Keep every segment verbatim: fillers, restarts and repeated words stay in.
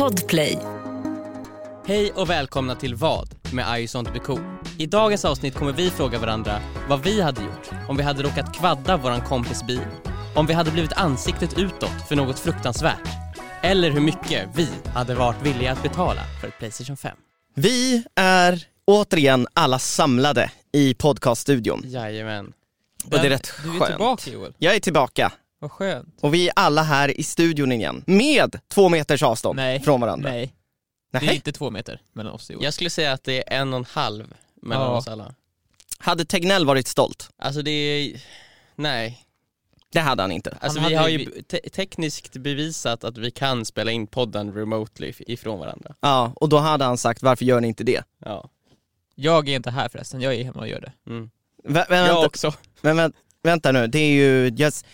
Podplay. Hej och välkomna till Vad med I Sånt Blir Cool. I dagens avsnitt kommer vi fråga varandra vad vi hade gjort om vi hade råkat kvadda våran kompis bil, om vi hade blivit ansiktet utåt för något fruktansvärt, eller hur mycket vi hade varit villiga att betala för ett PlayStation fem. Vi är återigen alla samlade i podcaststudion. Jajamän. Och det är rätt Du är skönt. tillbaka, Joel. Jag är tillbaka. Vad skönt. Och vi är alla här i studion igen. Med två meters avstånd Nej. från varandra. Nej, Nej. det är inte två meter mellan oss, Joel. Jag skulle säga att det är en och en halv mellan Ja. oss alla. Hade Tegnell varit stolt? Alltså det är... Nej. Det hade han inte. Alltså Han vi hade har ju ju te- tekniskt bevisat att vi kan spela in podden remotely ifrån varandra. Ja, och då hade han sagt, varför gör ni inte det? Ja. Jag är inte här förresten, jag är hemma och gör det. Mm. Vä- vä- Jag vänta, också. men, vä- vänta nu, det är ju just...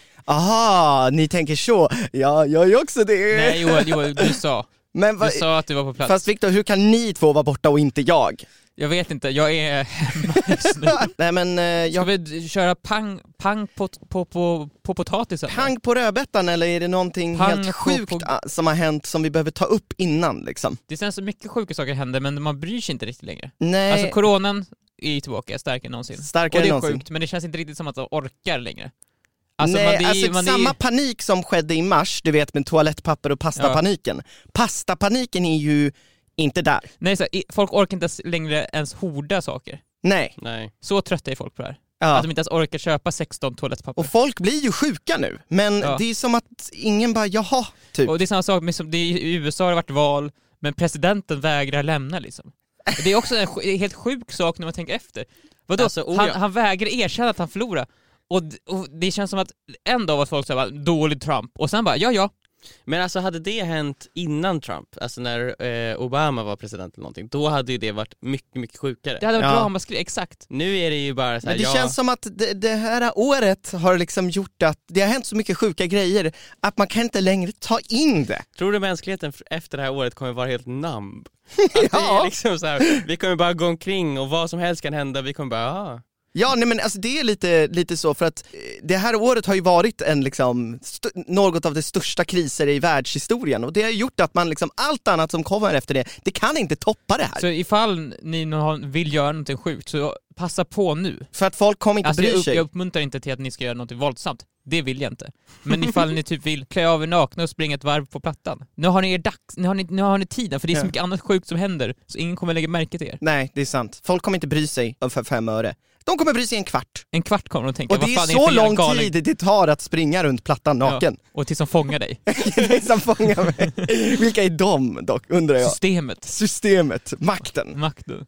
Aha, ni tänker så. Ja, jag är också det. Nej, Joel, Joel du sa. Men va- Du sa att du var på plats. Fast Victor, hur kan ni två vara borta och inte jag? Jag vet inte, jag är hemma just nu. Nej men, eh, Ska jag... vi köra pang, pang på, på, på, på potatisen? Pang på rödbetan, eller är det någonting Pang helt på- sjukt på- ah, som har hänt som vi behöver ta upp innan liksom? Det känns så mycket sjuka saker händer, men man bryr sig inte riktigt längre. Nej, Alltså coronan är ju tillbaka, starkare än någonsin. starkare Och det än är någonsin. sjukt, men det känns inte riktigt som att de orkar längre. Alltså, Nej, man, det är, alltså man, det är, samma panik som skedde i mars, du vet med toalettpapper och pastapaniken. Pastapaniken är ju inte där. nej, så här, i- folk orkar inte ens längre ens horda saker. Nej. Nej. Så trötta är folk på det här. Ja. Att de inte ens orkar köpa sexton toalettpapper. Och folk blir ju sjuka nu, men Ja. det är som att ingen bara, jaha, typ. Och det är samma sak med som det är, i U S A har det varit val, men presidenten vägrar lämna liksom. Och det är också en sj- helt sjuk sak när man tänker efter. Vadå? Alltså, oh, han, ja. han vägrar erkänna att han förlorar. Och, d- och det känns som att en dag var folk sa bara, dålig Trump. Och sen bara, ja ja. Men alltså hade det hänt innan Trump, alltså när eh, Obama var president eller någonting, då hade ju det varit mycket, mycket sjukare. Det hade varit Ja. ramaskri, exakt. Nu är det ju bara så här, Men det ja, känns som att det, det här året har liksom gjort att det har hänt så mycket sjuka grejer att man kan inte längre ta in det. tror du mänskligheten f- efter det här året kommer vara helt numb? Att det Ja. är liksom så här, vi kommer bara gå omkring och vad som helst kan hända, vi kommer bara, ah. Ja, nej men alltså det är lite, lite så för att eh, det här året har ju varit en liksom st- något av de största kriser i världshistorien, och det har gjort att man liksom, allt annat som kommer efter det, det kan inte toppa det här. Så ifall ni någon vill göra någonting sjukt, så passa på nu. För att folk kommer inte Alltså bry jag, upp, sig. jag uppmuntrar inte till att ni ska göra något våldsamt. Det vill jag inte. Men ifall ni typ vill klä av er nakna och springa ett varv på plattan. Nu har ni er dags, nu har ni, nu har ni tiden, för det är så Ja. mycket annat sjukt som händer, så ingen kommer lägga märke till er. Nej, det är sant. Folk kommer inte bry sig för fem öre. De kommer bry sig en kvart. En kvart kommer de att tänka, Och det vad är fan så för lång galen... tid det tar att springa runt plattan naken. Ja, och tills de fångar dig. Det är som fångar mig. Vilka är de dock, undrar jag. Systemet. Systemet, makten. Makten.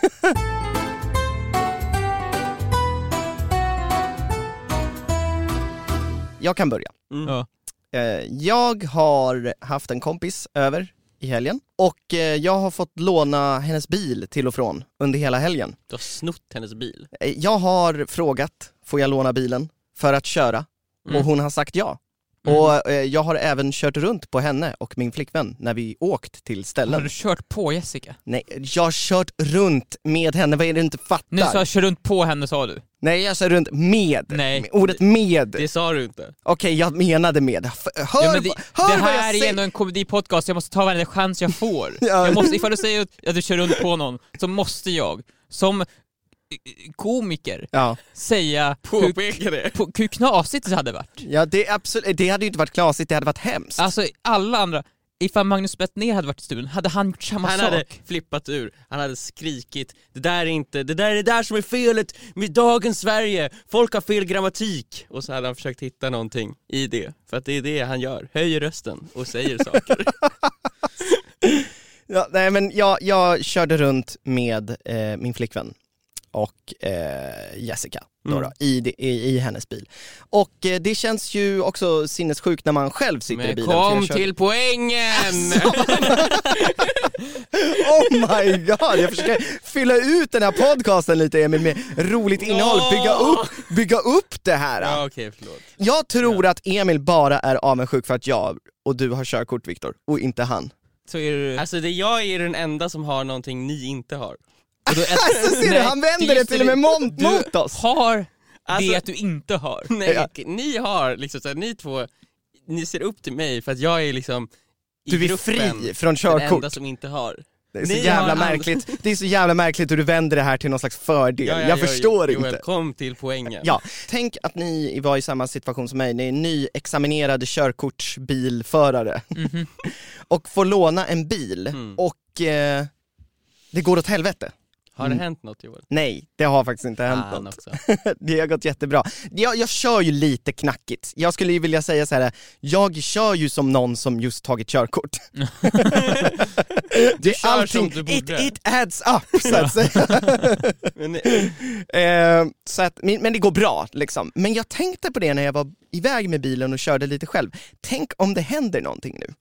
Jag kan börja. Mm. Ja. Eh, Jag har haft en kompis över i helgen, och eh, jag har fått låna hennes bil till och från under hela helgen. Du har snott hennes bil. Eh, Jag har frågat, får jag låna bilen för att köra? Mm. Och hon har sagt ja. Mm. Och eh, jag har även kört runt på henne och min flickvän när vi åkt till Har ställen. du kört på Jessica? Nej, jag har kört runt med henne, vad är det du inte fattar? Nu sa jag kör runt på henne, sa du. Nej, jag sa runt med. Nej. Med ordet med. Det sa du inte. Okej, jag menade med. F- Hör, Ja, men det, hör det vad jag här är säger. ändå en komedipodcast, jag måste ta varje chans jag får. Ja. Jag måste, ifall du säger att du kör runt på någon, så måste jag som eh, komiker Ja. säga Påpeka det. hur, på, hur knasigt det hade varit. Ja, det, är absolut, det hade ju inte varit klasigt, det hade varit hemskt. Alltså alla andra, ifall Magnus Bettner hade varit i studion, hade han gjort samma Han sak. hade flippat ur, han hade skrikit, det där är inte, det där är det där som är felet med dagens Sverige, folk har fel grammatik. Och så hade han försökt hitta någonting i det, för att det är det han gör, höjer rösten och säger saker. Ja, nej, men jag, jag körde runt med eh, min flickvän och eh, Jessica då, Mm. då, i, det- i, i hennes bil. Och eh, det känns ju också sinnessjukt när man själv sitter i Men bilen. för jag kom kör- till poängen! Oh my god, jag försöker fylla ut den här podcasten lite, Emil, med roligt innehåll, bygga upp, bygga upp det här. Ja, okej, förlåt. Jag tror att Emil bara är avundsjuk för att jag och du har körkort, Viktor, och inte han. Så är det... Alltså det, jag är den enda som har någonting ni inte har. Och då, ett, Alltså, ser du, han vänder det till och med mot, du mot oss. har Alltså- det att du inte har. Nej, Ja. ni har liksom så här, ni två, ni ser upp till mig för att jag är liksom i Du är gruppen fri från den körkort. enda som inte har. Det är så Ni jävla har aldrig- märkligt. Det är så jävla märkligt hur du vänder det här till någon slags fördel. Ja, ja, jag ja, förstår Joel, inte. kom till poängen. Ja, tänk att ni var i samma situation som mig. Ni är nyexaminerade körkortsbilförare Mhm. och får låna en bil Mm. och eh, det går åt helvete. Har det Mm. hänt något, Joel? Nej, det har faktiskt inte hänt Fan något. också. Det har gått jättebra. Jag, jag kör ju lite knackigt. Jag skulle ju vilja säga så här: jag kör ju som någon som just tagit körkort. Du Det är kör som du it, borde. it adds up, så att säga. Men, eh, så att, men, men det går bra liksom. Men jag tänkte på det när jag var iväg med bilen och körde lite själv. Tänk om det händer någonting nu.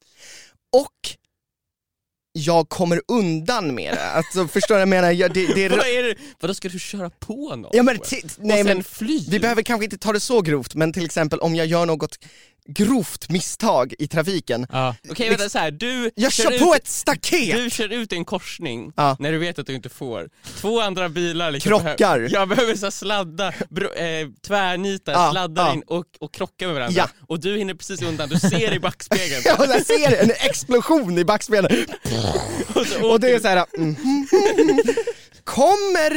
Och jag kommer undan med det. Alltså, förstår du vad jag menar? Jag, det, det är... vad är det? Vadå, ska du köra på någon? Ja, men Joel? t- Och nej, sen men fly? vi behöver kanske inte ta det så grovt, men till exempel om jag gör något grovt misstag i trafiken. Ja. Okej, vänta så här. Du Jag kör ut, på ett staket! Du kör ut i en korsning Ja. när du vet att du inte får. Två andra bilar liksom Krockar. behöver, jag behöver så här sladda, bro, eh, tvärnita, Ja, sladdar ja. in och, och krocka med varandra. Ja. Och du hinner precis undan, du ser i backspegeln. Ja, jag ser en explosion i backspegeln. och, så Och det är så här. Mm, kommer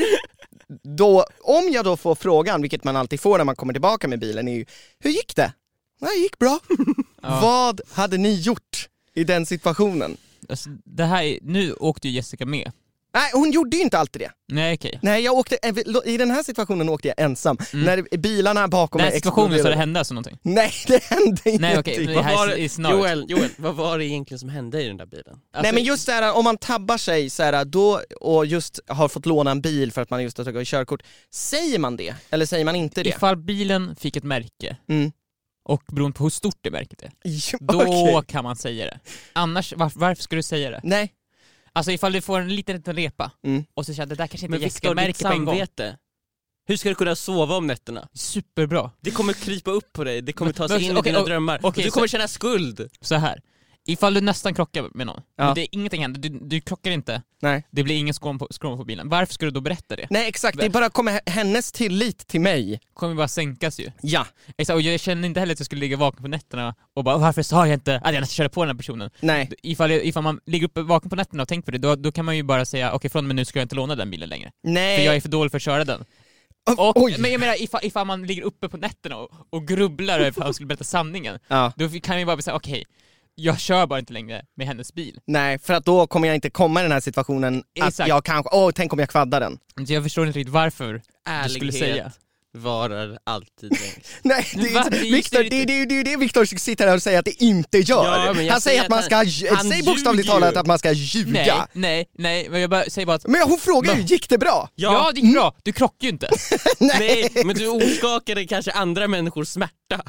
då, om jag då får frågan, vilket man alltid får när man kommer tillbaka med bilen, är ju: hur gick det? Nej, det gick bra. Ja. Vad hade ni gjort i den situationen? Alltså, det här är, nu åkte ju Jessica med. Nej, hon gjorde ju inte alltid det. Nej, okej. Nej, jag åkte, i den här situationen åkte jag ensam. Mm. När bilarna bakom Den här mig situationen så det exploderade. hände alltså någonting? Nej, det hände ingenting. Nej, okej, men det vad här var är, det, är snarare. Joel, Joel, vad var det egentligen som hände i den där bilen? Alltså, Nej, men just så här, om man tabbar sig så här, då, och just har fått låna en bil för att man just har tagit körkort, säger man det? Eller säger man inte det? ifall bilen fick ett märke, Mm. och beroende på hur stort det märket är, Ja, då okej. kan man säga det. Annars, var, varför ska du säga det? Nej. Alltså ifall du får en liten, liten repa, Mm. och så känner det där kanske inte Men Jessica Victor, ditt märker på en gång. samvete. Hur ska du kunna sova om nätterna? Superbra. Det kommer krypa upp på dig, det kommer ta sig Men- in i okej, dina okej, drömmar. okej, du kommer så- känna skuld. Så här. Ifall du nästan krockar med någon, Ja. men det, ingenting händer, du, du krockar inte, Nej. det blir ingen skråm på, skråm på bilen. Varför ska du då berätta det? Nej, exakt. Det bara kommer hennes tillit till mig. Kommer bara sänkas ju. Ja. Exakt, och jag känner inte heller att jag skulle ligga vaken på nätterna och bara varför sa jag inte att jag nästan körde på den här personen? Nej. Ifall, ifall man ligger uppe vaken på nätterna och tänker på det, då, då kan man ju bara säga okej, från och med nu ska jag inte låna den bilen längre. Nej. För jag är för dålig för att köra den. O- Och, Oj. men jag menar, ifall, ifall man ligger uppe på nätterna och, och grubblar över att man skulle berätta sanningen, Ja. då kan man ju bara säga okej, jag kör bara inte längre med hennes bil. Nej, för att då kommer jag inte komma i den här situationen att Exakt. jag kanske, åh, tänk om jag kvaddar den. Så jag förstår inte riktigt varför du skulle Ärlighet säga. varar alltid längst. Nej, det Va? är Det är inte, ju Victor, så- det är det, det, är det Victor sitter här och säger att det inte gör. Ja, men jag han säger säger att man att ska, han- han säg bokstavligt ljuger talat ju. att man ska ljuga. Nej, nej, nej, men jag bara, säger bara att Men hon frågar ju, gick det bra? ja, det gick bra, du krockar ju inte. Nej, men du orsakade kanske andra människors smärta.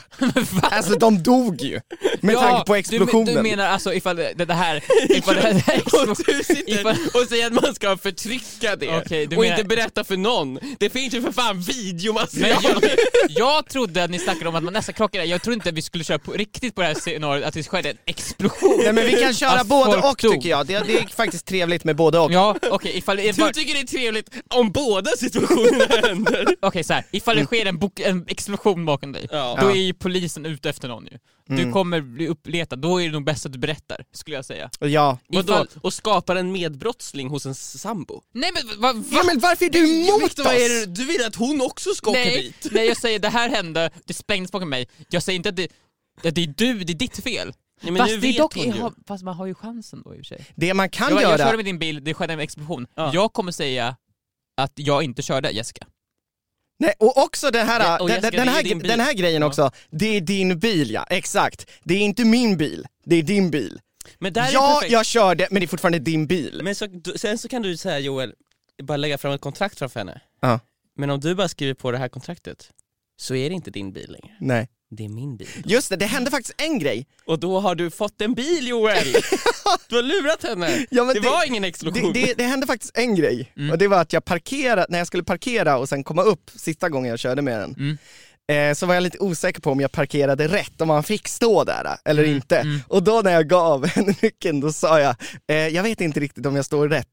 Alltså de dog ju, med Ja, tanke på du, explosionen. du menar alltså ifall det, det här, ifall det här Och du sitter ifall- och säger att man ska förtrycka det Okej, du och menar- inte berätta för någon. Det finns ju för fan Men videomaterial. jag, jag trodde att ni snackade om att man nästan krockade. Jag trodde inte att vi skulle köra på, riktigt på det här scenariot, att det skedde en explosion. Nej, men vi kan köra Att både folk och dog. tycker jag. Det, det är faktiskt trevligt med både och. Ja, okej, ifall det Du bara, tycker det är trevligt om båda situationerna händer. okej, så här, ifall det sker en, bok, en explosion bakom dig, Ja. då Ja. är ju polisen ute efter någon ju. Du Mm. kommer bli uppletad, då är det nog bäst att du berättar, skulle jag säga. Ja. Vadå? Ifall, Och skapar en medbrottsling hos en sambo? nej men vad, va, Ja, men varför är du emot Victor, vad är oss? det? Du vill att hon också ska åka nej, dit? nej, jag säger det här hände, det sprängdes bakom mig. Jag säger inte att det, att det är du, det är ditt fel. Nej, men fast, nu det är vet dock, hon ju. ha, fast man har ju chansen då i och för sig. Det man kan Jag, jag göra... körde med din bil, det skedde en explosion. Ja. Jag kommer säga att jag inte körde, Jessica. Nej, och också det här, Ja, och den, Jessica, den, det är här, ju din bil. den här grejen Ja. också, det är din bil, ja, exakt. Det är inte min bil, det är din bil. Men där är det Ja, perfekt. jag körde, men det är fortfarande din bil. Men så, du- sen så kan du säga, Joel, bara lägga fram ett kontrakt framför henne. Ja. Men om du bara skriver på det här kontraktet så är det inte din bil längre. Nej. Det är min bil. Just det, det hände faktiskt en grej. Och då har du fått en bil, Joel! Du har lurat henne! Ja, men det, det- var ingen explosion. Det, det, det hände faktiskt en grej, Mm. och det var att jag parkerade, när jag skulle parkera och sen komma upp sista gången jag körde med den, Mm. eh, så var jag lite osäker på om jag parkerade rätt, om man fick stå där eller Mm, inte. mm. Och då när jag gav henne nyckeln, då sa jag, eh, jag vet inte riktigt om jag står rätt.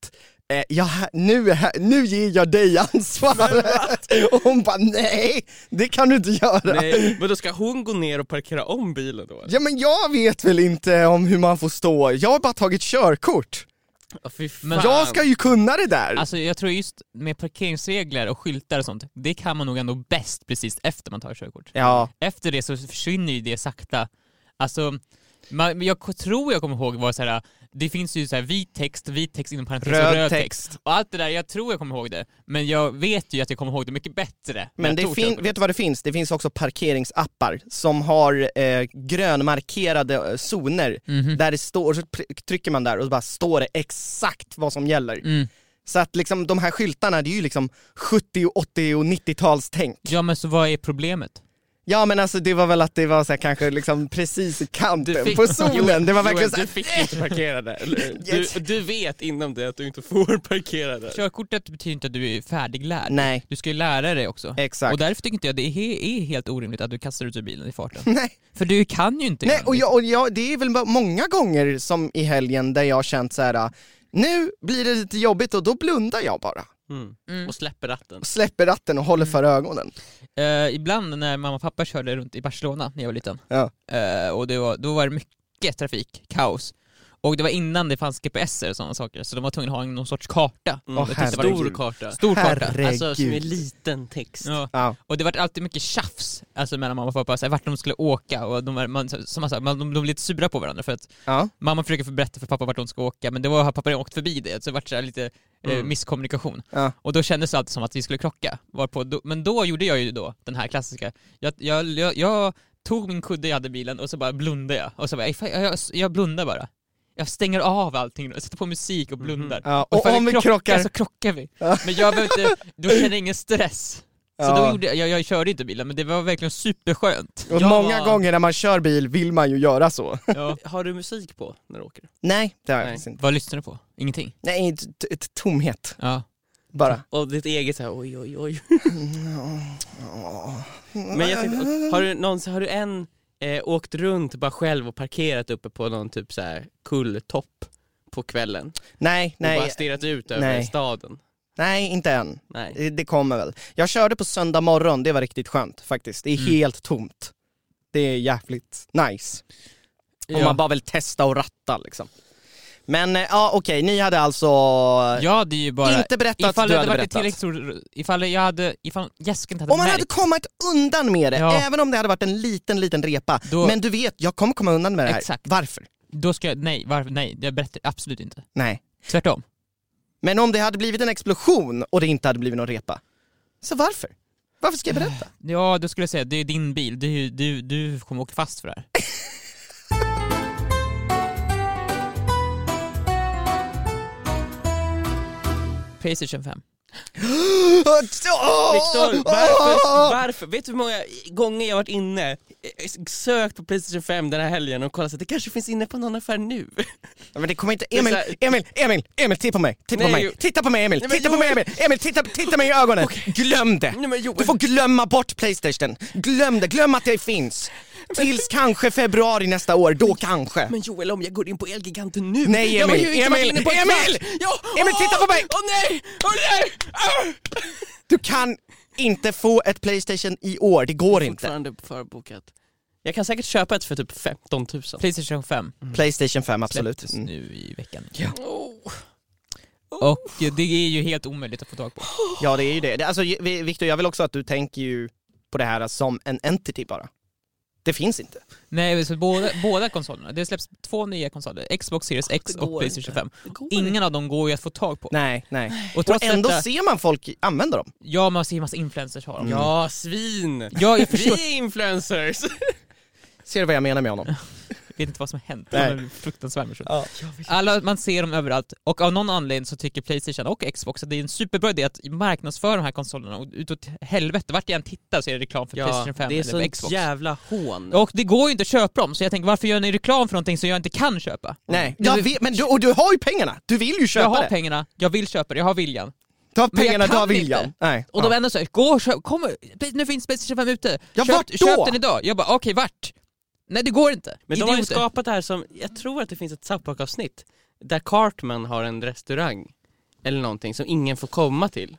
Eh, ja, nu, nu ger jag dig ansvaret. Och hon bara, nej, det kan du inte göra. Nej, men då ska hon gå ner och parkera om bilen då? Ja, men jag vet väl inte om hur man får stå. Jag har bara tagit körkort. Oh, fy fan. Men jag ska ju kunna det där. Alltså jag tror just med parkeringsregler och skyltar och sånt, det kan man nog ändå bäst precis efter man tar körkort. Ja. Efter det så försvinner ju det sakta. Alltså, man, jag tror jag kommer ihåg var så här. Det finns ju så här vit text, vit text inom parentes Röd och röd text. text. Och allt det där, jag tror jag kommer ihåg det. Men jag vet ju att jag kommer ihåg det mycket bättre. Men det fin- vet du vad det finns? Det finns också parkeringsappar som har eh, grönmarkerade zoner Mm-hmm. där det står, så trycker man där och så bara står det exakt vad som gäller. Mm. Så att liksom de här skyltarna, det är ju liksom sjuttio, åttio och nittio-talstänk. Ja, men så vad är problemet? Ja, men alltså det var väl att det var så här, kanske liksom precis i kanten fick, på zonen. Det var verkligen Joel, så här, du fick inte parkera där. Yes. Du, du vet inom det att du inte får parkera där. Körkortet betyder inte att du är färdiglärd. Nej. Du ska ju lära dig också. Exakt. Och därför tycker inte jag det är, he- är helt orimligt att du kastar ut ur bilen i farten. Nej. För du kan ju inte. Nej, och, jag, och jag, det är väl många gånger som i helgen där jag har känt så här: nu blir det lite jobbigt och då blundar jag bara. Mm. Mm. Och släpper ratten. Och släpper ratten och håller för ögonen. Uh, ibland när mamma och pappa körde runt i Barcelona när jag var liten, Ja. uh, och det var, då var det mycket trafik, kaos. Och det var innan det fanns G P S och sådana saker, så de var tvungna att ha någon sorts karta. Mm. Åh, Ett herregud. stor karta. Stor karta. Herregud. Alltså som är liten text. Ja. Ja. Och det var alltid mycket tjafs alltså, mellan mamma och pappa, så här, vart de skulle åka. Och de, var, man, som man sa, man, de, de blev lite sura på varandra för att Ja. mamma försöker berätta för pappa vart de ska åka, men det var pappa redan åkt förbi det, så det var så här lite eh, Mm. misskommunikation. Ja. Och då kändes det alltid som att vi skulle krocka. Varpå, då, men då gjorde jag ju då den här klassiska. Jag, jag, jag, jag tog min kudde jag hade i bilen och så bara blundade jag. Och så bara, jag, jag, jag blundar bara. Jag stänger av allting och sätter på musik och blundar. Ja. Och, Och ifall om vi krockar, krockar så krockar vi. Ja. Men jag behöver inte, då känner jag ingen stress. Så Ja. då gjorde jag, jag, jag körde inte bilen, men det var verkligen superskönt. Och Ja. många gånger när man kör bil vill man ju göra så. Ja. Har du musik på när du åker? Nej, det har jag Nej. faktiskt inte. Vad lyssnar du på? Ingenting? Nej, t- t- t- tomhet. Ja. Bara. Och ditt eget så här, oj oj oj. Men jag tänkte, har du någonsin, har du än eh, åkt runt bara själv och parkerat uppe på någon typ så här kulltopp på kvällen? Nej, Och bara nej, stirrat ut över nej. staden? nej, inte än. Nej. Det- Det kommer väl. Jag körde på söndag morgon, det var riktigt skönt faktiskt. Det är Mm. helt tomt. Det är jävligt nice. Om Ja. man bara vill testa och ratta liksom. Men eh, ja, okej, ni hade alltså Jag hade ju bara... inte berättat, ifall du det hade hade varit berättat. tillräckligt stor, ifall jag hade, ifall Jessica inte hade Om man märkt, hade kommit undan med det, Ja. även om det hade varit en liten, liten repa. Då- Men du vet, jag kommer komma undan med det här. Exakt. Varför? då ska jag, nej, varför, nej, jag berättar absolut inte. Nej. Tvärtom. Men om det hade blivit en explosion och det inte hade blivit någon repa, så varför? Varför ska jag berätta? Ja, då skulle jag säga, det är din bil, du, du, du kommer åka fast för det här. Playstation fem. Viktor, varför, varför? Vet du hur många gånger jag varit inne, eh, sökt på Playstation fem den här helgen och kollat så att det kanske finns inne på någon affär nu? Ja, men det kommer inte... är Emil, så här- Emil, Emil, Emil, titta på mig, titta Nej, på mig, jo- titta på mig Emil, Nej, men titta på mig Joel- Emil, Emil, titta, titta mig i ögonen, glöm det! Nej, men Joel- Du får glömma bort Playstation, glöm det, glöm att det finns! Tills kanske februari nästa år, då kanske! Men Joel, om jag går in på Elgiganten nu... Nej, jag har Emil, ju inte varit Emil, inne på en Emil! kvart. Ja, Emil, titta på mig! Åh nej, åh nej! Ah! Du kan inte få ett Playstation i år, det går inte. Fortfarande förbokat. Jag kan säkert köpa ett för typ femton tusen. Playstation fem Playstation fem, absolut. släpptes Mm. nu i veckan. Ja. Oh. Och det är ju helt omöjligt att få tag på. Ja, det är ju det. det. Alltså, Victor, jag vill också att du tänker ju på det här som en entity bara. Det finns inte. Nej, så båda, båda konsolerna. Det släpps två nya konsoler. Xbox Series X Det och går Playstation inte. fem. Det går Ingen av dem går ju att få tag på. Nej, nej. Och Och trots ändå detta, ser man folk använda dem. ja, man ser en massa influencers ha dem. Ja, svin! Ja, jag förstår. Vi är influencers! Ser du vad jag menar med honom? Jag vet inte vad som har hänt. Nej. Det var en fruktansvärd version. Ja. Alla, man ser dem överallt. Och av någon anledning så tycker Playstation och Xbox att det är en superbra idé att marknadsföra de här konsolerna. Och utåt helvete, vart jag än tittar så är det reklam för Ja, Playstation fem det är eller för sånt Xbox. jävla hån. Och det går ju inte att köpa dem, så jag tänker, varför gör ni reklam för någonting som jag inte kan köpa? Nej, Det- jag vet, men du, och du har ju pengarna. Du vill ju köpa jag har det. pengarna, jag vill köpa det, jag har viljan. Du har Men jag pengarna, du kan har viljan. inte. Nej. Och ja. de ändå säger, gå och köp, kom, nu finns Playstation fem ute. Ja, köp, vart då? köp den idag. Jag bara, okej, okay, vart? Nej, det går inte. Men de har ju Idioter. skapat det här som, jag tror att det finns ett South Park-avsnitt där Cartman har en restaurang eller någonting som ingen får komma till.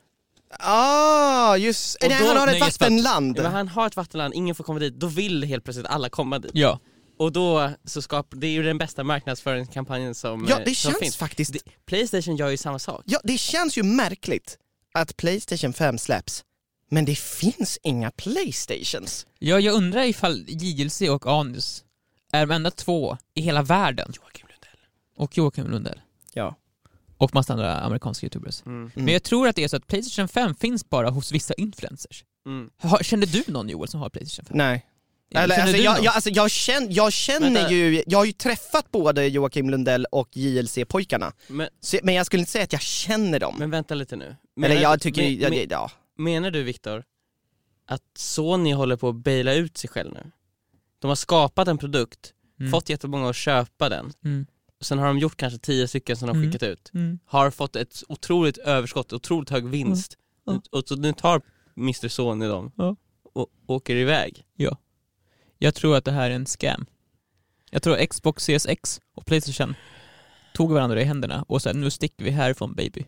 Ah, just Och nej, då- han har ett nej, just för att- vattenland. Ja, men han har ett vattenland, ingen får komma dit. Då vill helt plötsligt alla komma dit. Ja. Och då så skapar det är ju den bästa marknadsföringskampanjen som, Ja, eh, det som känns finns. faktiskt. Det, PlayStation gör ju samma sak. Ja, det känns ju märkligt att PlayStation fem släpps, men det finns inga PlayStations. ja, jag undrar ifall J L C och Anus är de enda två i hela världen. Joakim Lundell. Och Joakim Lundell. Ja. Och massa andra amerikanska youtubers. Mm. Men jag tror att det är så att PlayStation fem finns bara hos vissa influencers. Mm. Har, känner du någon, Joel, som har PlayStation fem? Nej. Eller, Eller, känner alltså, du jag, någon? jag, alltså, jag känner, jag känner Vänta. ju, jag har ju träffat både Joakim Lundell och J L C-pojkarna. Men, Så, men jag skulle inte säga att jag känner dem. men vänta lite nu. Eller jag du- tycker, men, ja, men, ja. menar du, Viktor, att Sony håller på att baila ut sig själv nu? De har skapat en produkt, Mm. fått jättemånga att köpa den. Mm. Sen har de gjort kanske tio stycken som de har Mm. skickat ut. Mm. Har fått ett otroligt överskott, otroligt hög vinst. Ja. Och så nu tar mister Sony dem Ja. och åker iväg. Ja. Jag tror att det här är en scam. Jag tror Xbox Series X och PlayStation tog varandra i händerna och sa nu sticker vi härifrån, baby.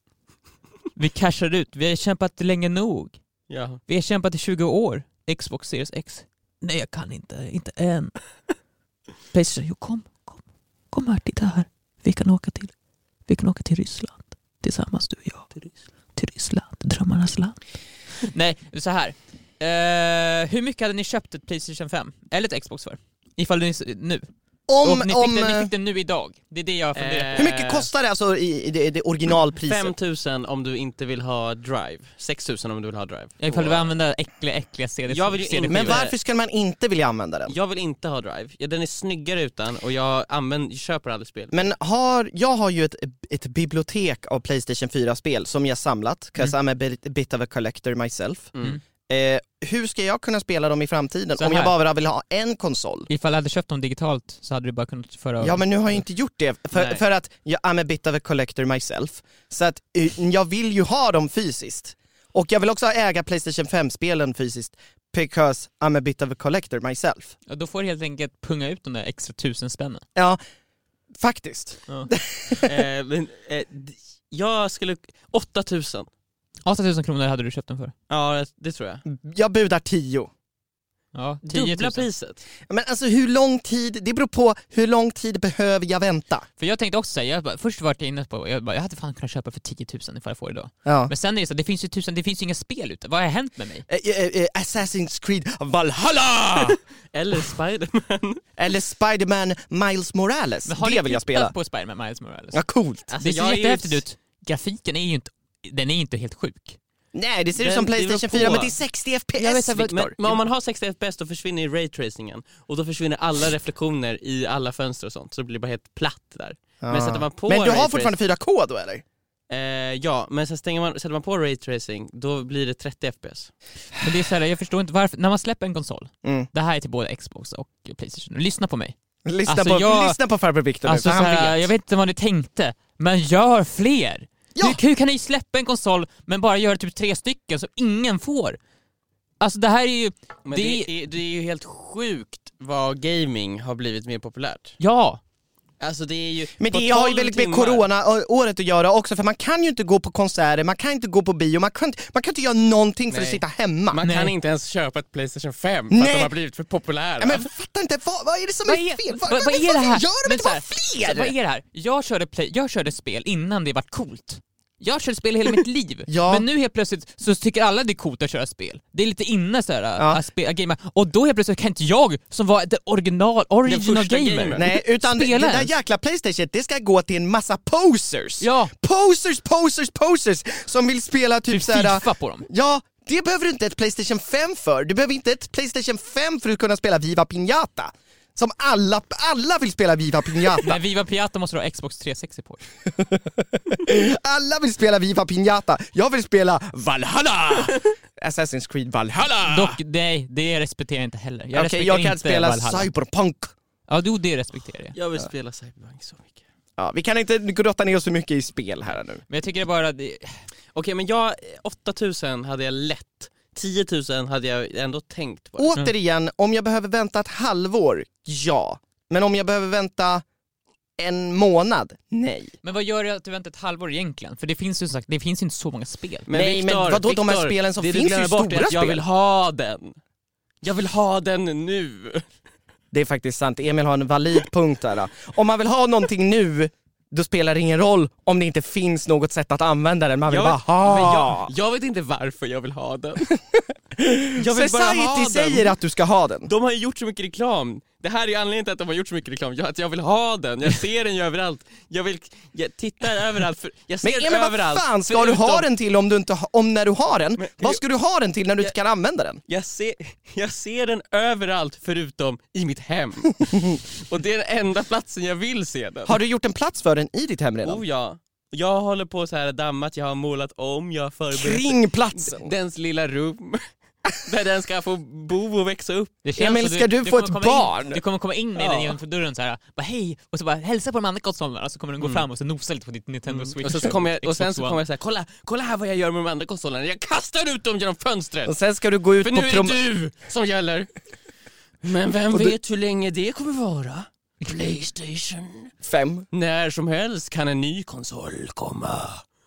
Vi cashar ut, vi har kämpat länge nog. Ja. Vi har kämpat i tjugo år. Xbox Series X. Nej, jag kan inte, inte än. PlayStation, jo kom, kom. Kom här, titta här. Vi kan åka till, vi kan åka till Ryssland. Tillsammans, du och jag. Till Ryssland. Till Ryssland, drömmarnas land. Nej, så här. Uh, hur mycket hade ni köpt ett PlayStation fem? Eller ett Xbox för? Ifall ni nu. Om, Och ni, fick om, det, ni eh, fick det nu idag. Det är det jag funderar Eh, på. hur mycket kostar det alltså i, i det, det originalpriset? fem tusen om du inte vill ha Drive. sex tusen om du vill ha Drive. Ifall du vill använda äckliga, äckliga C D. Jag vill ju C D inte- Men varför ska man inte vilja använda den? Jag vill inte ha Drive. Ja, den är snyggare utan och jag använder, köper aldrig spel. Men har, jag har ju ett, ett bibliotek av PlayStation fyra-spel som jag samlat, 'cause I'm a bit, a bit of a collector myself. Mm. Eh, hur ska jag kunna spela dem i framtiden Så om jag här. bara vill ha en konsol? Ifall du hade köpt dem digitalt så hade du bara kunnat föra... Ja, men nu har jag inte gjort det, för, Nej. för att jag I'm a bit of a collector myself. Så att eh, jag vill ju ha dem fysiskt. Och jag vill också äga PlayStation fem-spelen fysiskt, because I'm a bit of a collector myself. Ja, då får du helt enkelt punga ut de där extra tusen spännen. Ja, faktiskt. Ja. eh, men, eh, d- jag skulle... åtta tusen. åtta tusen kronor hade du köpt den för. Ja, det tror jag. Jag budar tio. Ja, tio Dubbla tusen. priset. Men alltså hur lång tid, det beror på hur lång tid behöver jag vänta. För jag tänkte också säga, jag bara, först var jag inne på, jag, bara, jag hade fan kunnat köpa för tio tusen ifall jag får det då. Ja. Men sen är det så, det finns ju tusen, det finns ju inga spel ute. Vad har hänt med mig? Eh, eh, eh, Assassin's Creed Valhalla! Eller Spider-Man. Eller Spider-Man Miles Morales, Men har det ni vill jag tittat spela. på Spider-Man Miles Morales? Ja, coolt. Alltså, Det ser jag är ju- jättehäftigt ut. Grafiken är ju inte, den är ju inte helt sjuk. Nej, det ser ut Den- som det beror PlayStation på. fyra, men det är sextio F P Jag vet S, inte, Victor. Men, men om man har sextio F P S då försvinner ju raytracingen. Och då försvinner alla reflektioner i alla fönster och sånt. Så det blir bara helt platt där. Ja. Men sätter man på Men du har raytrac- fortfarande fyra K då, eller? Eh, ja, men sen stänger man, sätter man på raytracing, då blir det trettio F P S. Men det är så här, jag förstår inte varför, när man släpper en konsol, Mm. det här är till både Xbox och PlayStation, lyssna på mig. Lyssna, Alltså, på, jag- lyssna på farbror Victor Alltså nu, så för han här, vet. jag vet inte vad ni tänkte, men gör fler! Ja. Hur, hur kan ni släppa en konsol men bara göra typ tre stycken så ingen får? Alltså det här är ju, Men det, det, är, det är ju helt sjukt vad gaming har blivit mer populärt. ja, Alltså det är ju... Men på det har ju tolv väldigt med timmar- corona-året att göra också, för man kan ju inte gå på konserter, man kan inte gå på bio, man kan inte, man kan inte göra någonting för Nej. att sitta hemma. Man Nej. kan inte ens köpa ett PlayStation fem för Nej. att de har blivit för populära. Ja, men jag fattar inte, vad, vad är det som Vad är är- fel? vad- vad är det här? Varför gör de Men inte så bara här, fler? så, vad är det här? Jag körde, play, jag körde spel innan det var coolt. Jag körde spel hela mitt liv, Ja. men nu helt plötsligt så tycker alla det är coolt att köra spel. Det är lite inne såhär, Ja. att spela, att gamea. Och då helt plötsligt kan inte jag, som var det original, original första gamer, gamern. Nej, utan det Spela där ens. jäkla PlayStation, det ska gå till en massa posers. Ja, Posers, posers, posers som vill spela typ typ såhär... FIFA på dem. Ja, det behöver du inte ett PlayStation fem för. Du behöver inte ett PlayStation fem för att kunna spela Viva Piñata. Som alla, alla vill spela Viva Piñata. Men Viva Piata måste du ha Xbox tre sextio på. Alla vill spela Viva Piñata. Jag vill spela Valhalla! Assassin's Creed Valhalla! Dock, nej, det respekterar jag inte heller. Jag Okej, respekterar jag kan inte spela Valhalla. Cyberpunk. Ja, jo, det respekterar jag. Jag vill spela Cyberpunk så mycket. Ja, vi kan inte grotta ner oss så mycket i spel här nu. Men jag tycker det bara... Det... Okej, men jag, åtta tusen hade jag lätt. tio tusen hade jag ändå tänkt på. Återigen, om jag behöver vänta ett halvår, ja. Men om jag behöver vänta en månad? Nej. Men vad gör det att du väntar ett halvår egentligen? För det finns ju sagt, det finns inte så många spel. Men Nej, Victor, men vadå, de här Victor, spelen som det du finns är ju glömmer bort är stora att jag spel. vill ha den. Jag vill ha den nu. Det är faktiskt sant, Emil har en valid punkt där. Om man vill ha någonting nu, då spelar det ingen roll om det inte finns något sätt att använda den. Man vill Jag, bara ha. men jag, jag vet inte varför jag vill ha den. Jag vill bara ha Society den. säger att du ska ha den. De har ju gjort så mycket reklam. Det här är ju anledningen till att de har gjort så mycket reklam. Jag, att jag vill ha den, jag ser den ju överallt. Jag vill, jag tittar överallt för, jag ser Men den Emil, överallt. vad fan ska Förutom, du ha den till om du inte ha, om när du har den? Men- vad ska du ha den till när du inte kan använda den? jag ser, jag ser den överallt förutom i mitt hem. Och det är den enda platsen jag vill se den. Har du gjort en plats för den i ditt hem redan? Oh ja. Jag håller på så här dammat, jag har målat om, jag har förberett Kring platsen? dens lilla rum. Där den ska få bo och växa upp. Det känns Emil, som ska du få kommer ett komma barn? In, du kommer komma in med Ja. den genom dörren så här, bara hej, och så bara hälsa på de andra konsolerna, och så kommer den gå fram och så nosa lite på ditt Nintendo Mm. Switch. Och, så kommer jag, och sen så Xbox kommer jag säga, kolla, kolla här vad jag gör med de andra konsolerna. Jag kastar ut dem genom fönstret. Och sen ska du gå ut För på nu är prom- det du som gäller. Men vem Och du- vet hur länge det kommer vara? PlayStation. fem. När som helst kan en ny konsol komma.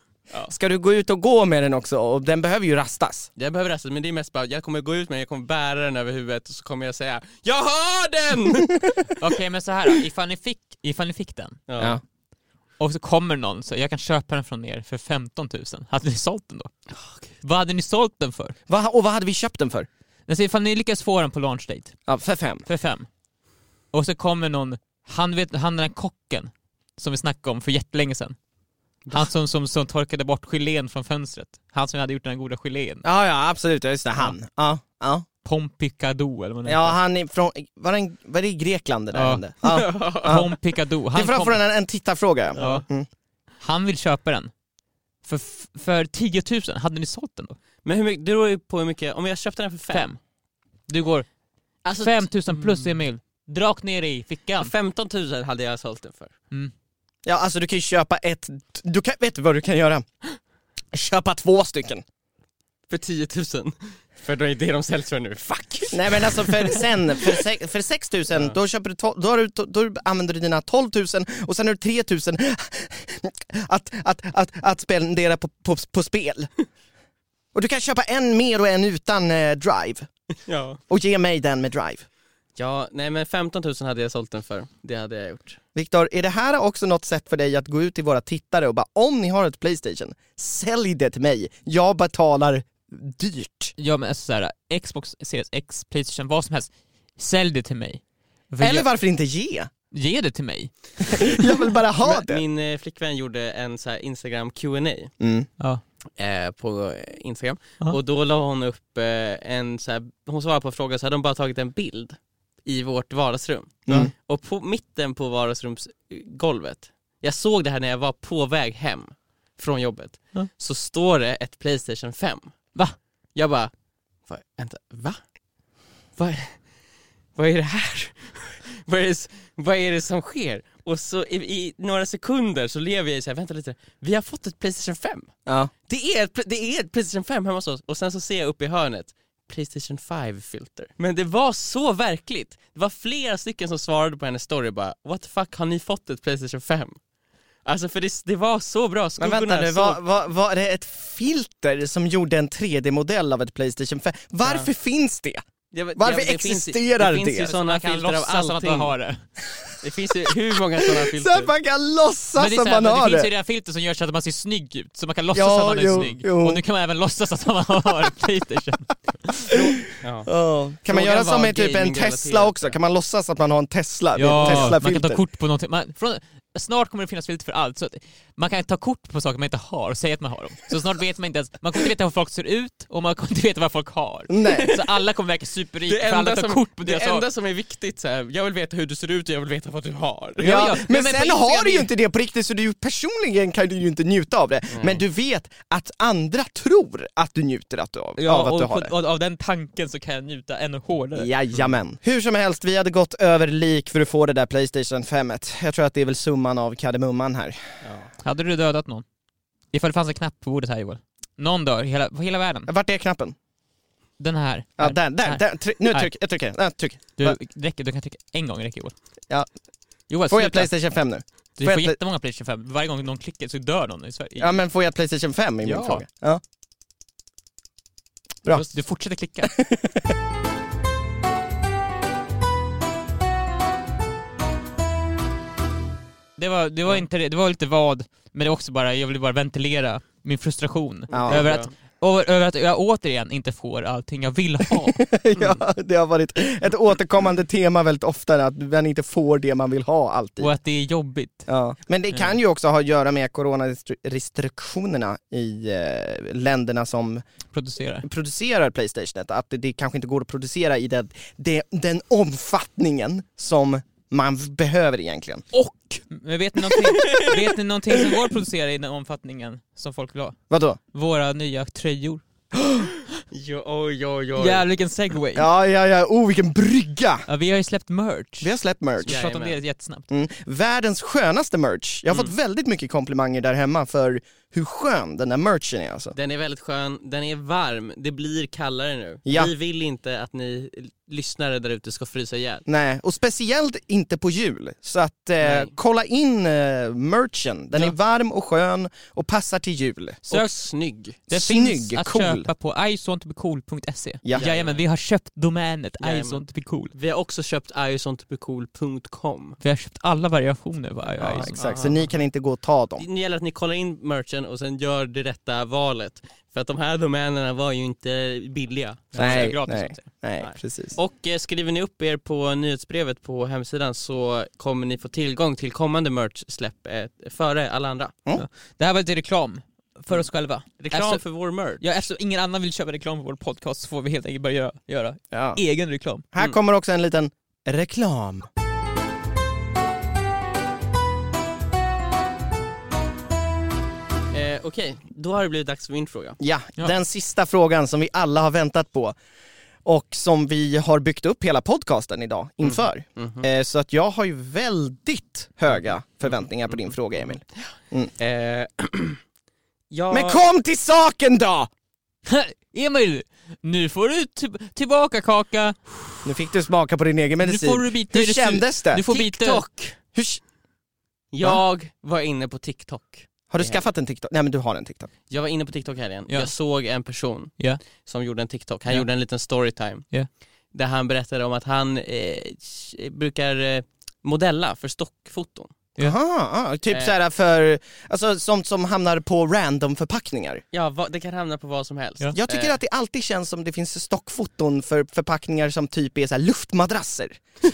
Ska du gå ut och gå med den också? Och den behöver ju rastas. Jag behöver resten, men det är mest bara, jag kommer gå ut med den, jag kommer bära den över huvudet och så kommer jag säga, jag har den! Okej, men så här då, ifall ni fick, ifall ni fick den, Ja. Ja. och så kommer någon så jag kan köpa den från er för femton tusen. Hade ni sålt den då? Vad hade ni sålt den för? Va, och vad hade vi köpt den för? Alltså ifall ni lyckas få den på launch date, Ja, för fem. för fem. Och så kommer någon, han vet, han den här kocken som vi snackade om för jättelänge sedan. Han som, som, som torkade bort gelén från fönstret. Han som hade gjort den här goda gelén. Ja, ja, absolut. Just det, han. Ja, ja. Pompicadou eller vad det Ja, heter. han är från, var det, var det i Grekland det där Ja. hände? Ja. Pompicadou. Det Han, är för att få kom, en, en tittarfråga. Ja. Mm. han vill köpa den. För, för tio tusen, hade ni sålt den då? Men hur mycket, det beror ju på hur mycket, om jag köpte den för fem. Fem. Du går Alltså, fem tusen plus Emil. Drak ner i fickan. femton tusen hade jag sålt den för. Mm. Ja, alltså du kan ju köpa ett, du kan, vet du vad du kan göra? Köpa två stycken. För tio tusen. För det är det de säljs för nu, fuck! Nej men alltså för sen, för, se, för sex tusen, Ja. då, köper du to, då, har du, då använder du dina tolv tusen och sen har du tre tusen att, att, att, att spendera på, på, på spel. Och du kan köpa en mer och en utan eh, drive. Ja. Och ge mig den med drive. Ja, nej men femton tusen hade jag sålt den för. Det hade jag gjort. Viktor, är det här också något sätt för dig att gå ut till våra tittare och bara, om ni har ett PlayStation, sälj det till mig. Jag betalar dyrt. Ja men alltså såhär, Xbox Series X, Playstation, vad som helst. Sälj det till mig. För Eller jag, varför inte ge? ge det till mig. Jag vill bara ha Men det. min eh, flickvän gjorde en så här Instagram Q and A Mm. Ja. eh, på eh, Instagram. Ja. Och då la hon upp eh, en så här, hon svarade på en fråga så hade de bara tagit en bild i vårt vardagsrum. Mm. Och på mitten på vardagsrumsgolvet, jag såg det här när jag var på väg hem från jobbet, Ja. så står det ett PlayStation fem. Va? Jag bara, va, vänta, va? Vad, vad är det här? vad, är det, vad är det som sker? Och så i, i några sekunder så lever jag i så här, vänta lite, vi har fått ett PlayStation fem. Ja. Det är, ett, det är ett PlayStation fem hemma hos oss. Och sen så ser jag upp i hörnet PlayStation fem-filter. Men det var så verkligt. Det var flera stycken som svarade på hennes story bara, what the fuck, har ni fått ett PlayStation fem? Alltså för det, det var så bra. Men Skuggorna vänta nu, så... var, var, var det ett filter som gjorde en tre D-modell av ett PlayStation fem? Varför Ja. finns det? Ja, men- Varför ja, det existerar finns, det? finns det? ju sådana Man kan filter av låtsas som att allting. man har det. Det finns ju hur många sådana Så att filter. man kan låtsas Men det, är som så här, man men har det finns ju det. redan filter som gör så att man ser snygg ut. Så man kan låtsas Ja, att man är jo, snygg. jo. Och nu kan man även låtsas att man har Playstation. Ja. Oh. Kan man Frågan göra som var med typ en gaming-relaterat. Tesla också? Kan man låtsas att man har en Tesla? med Ja, Tesla man kan ta kort på någonting. Man, från, snart kommer det finnas filter för allt. Så att man kan ta kort på saker man inte har och säga att man har dem. Så snart vet man inte ens, man kommer inte veta hur folk ser ut och man kommer inte veta vad folk har. Nej. Så alla kommer verka superrika Det för alla enda, tar som, kort på det deras enda saker. som är viktigt så här, jag vill veta hur du ser ut och jag vill veta vad du har. Ja, ja. men, Men på sen Instagram har du ju är- inte det på riktigt, så du personligen kan du ju inte njuta av det. Men du vet att andra tror att du njuter att du, av, Ja, av att och, du har på, det. och av den tanken så kan jag njuta ännu hårdare. Jajamän. Hur som helst, vi hade gått över lik för att få det där PlayStation fem. Jag tror att det är väl summan av kardemumman här. Hade du dödat någon? Ifall det fanns en knapp på bordet här, Joel. Någon dör i hela, på hela världen. Vart är knappen? Den här. Ja, här. där, där, Här. där. Tryck, nu Här. tryck, jag trycker. Där, tryck. Du, Va? räcker, du kan trycka en gång, räcker Joel. Ja. Joel, Får jag sluta. PlayStation fem nu? Du Får får jag- jättemånga Playstation fem. Varje gång någon klickar så dör någon i Sverige. Ja, men får jag Playstation fem i min Ja. fråga? Ja. Bra. Du fortsätter klicka. Det var, det var inte det, det var lite vad, men det var också bara, jag ville bara ventilera min frustration Ja, över, bra. att, över, över att jag återigen inte får allting jag vill ha. Ja, det har varit ett återkommande tema väldigt ofta att man inte får det man vill ha alltid. Och att det är jobbigt. Ja. Men det kan ju också ha att göra med coronarestriktionerna i eh, länderna som Producera. producerar PlayStation. Att det, det kanske inte går att producera i det, det, den omfattningen som man behöver egentligen. Och! Men vet ni någonting, vet ni någonting som går att producera i den omfattningen som folk vill ha? Vadå? Våra nya tröjor. Jo, oj, oj, oj. Jävlar vilken segway. Ja, ja, ja. Oh, vilken brygga! Ja, vi har ju släppt merch. Vi har släppt merch. Vi pratar om Jajamän. det jättesnabbt. Mm. Världens skönaste merch. Jag har fått väldigt mycket komplimanger där hemma för hur skön den där merchen är alltså. Den är väldigt skön, den är varm, det blir kallare nu. Ja. Vi vill inte att ni lyssnare där ute ska frysa ihjäl. Nej, och speciellt inte på jul. Så att eh, Nej. kolla in eh, merchen. Den Ja. är varm och skön och passar till jul. Sök- Och snygg. Det Snygg, finns att cool. köpa på i want to be cool punkt se. Ja. Jajamän, vi har köpt domänet i Jajamän. want to be cool. Vi har också köpt i want to be cool punkt com. Vi har köpt alla variationer på Ja, iOS. exakt. Så ni kan inte gå och ta dem. Det gäller att ni kollar in merchen och sen gör det rätta valet. För att de här domänerna var ju inte billiga. Nej, gratis, nej. så att säga. Nej, Nej. precis. Och eh, skriver ni upp er på nyhetsbrevet på hemsidan så kommer ni få tillgång till kommande merch-släpp eh, före alla andra. Mm. Det här var lite reklam för oss själva. Reklam Efter- för vår merch. Ja, eftersom ingen annan vill köpa reklam för vår podcast så får vi helt enkelt börja göra, göra Ja. egen reklam. Här Mm. kommer också en liten reklam. Eh, Okej, då har det blivit dags för min fråga. Ja, Ja. den sista frågan som vi alla har väntat på. Och som vi har byggt upp hela podcasten idag inför. Mhm. Eh, så att jag har ju väldigt höga förväntningar på din fråga, Emil. Eh, jag... Men kom till saken då! Emil, nu får du ty- tillbaka kaka. Nu fick du smaka på din egen Nu medicin. får du bita i Hur det kändes det? Du får bita. TikTok! Hur... Jag var inne på TikTok. Har du Det- skaffat en TikTok? Nej, men du har en TikTok. Jag var inne på TikTok här igen. Ja. Jag såg en person Ja. som gjorde en TikTok. Han Ja. gjorde en liten storytime. Ja. Där han berättade om att han eh, brukar eh, modella för stockfoton. Ja. Jaha, ah, typ Eh. såhär för, alltså sånt som hamnar på random förpackningar. Ja, va, det kan hamna på vad som helst. Ja. Jag tycker Eh, att det alltid känns som det finns stockfoton för förpackningar som typ är såhär luftmadrasser.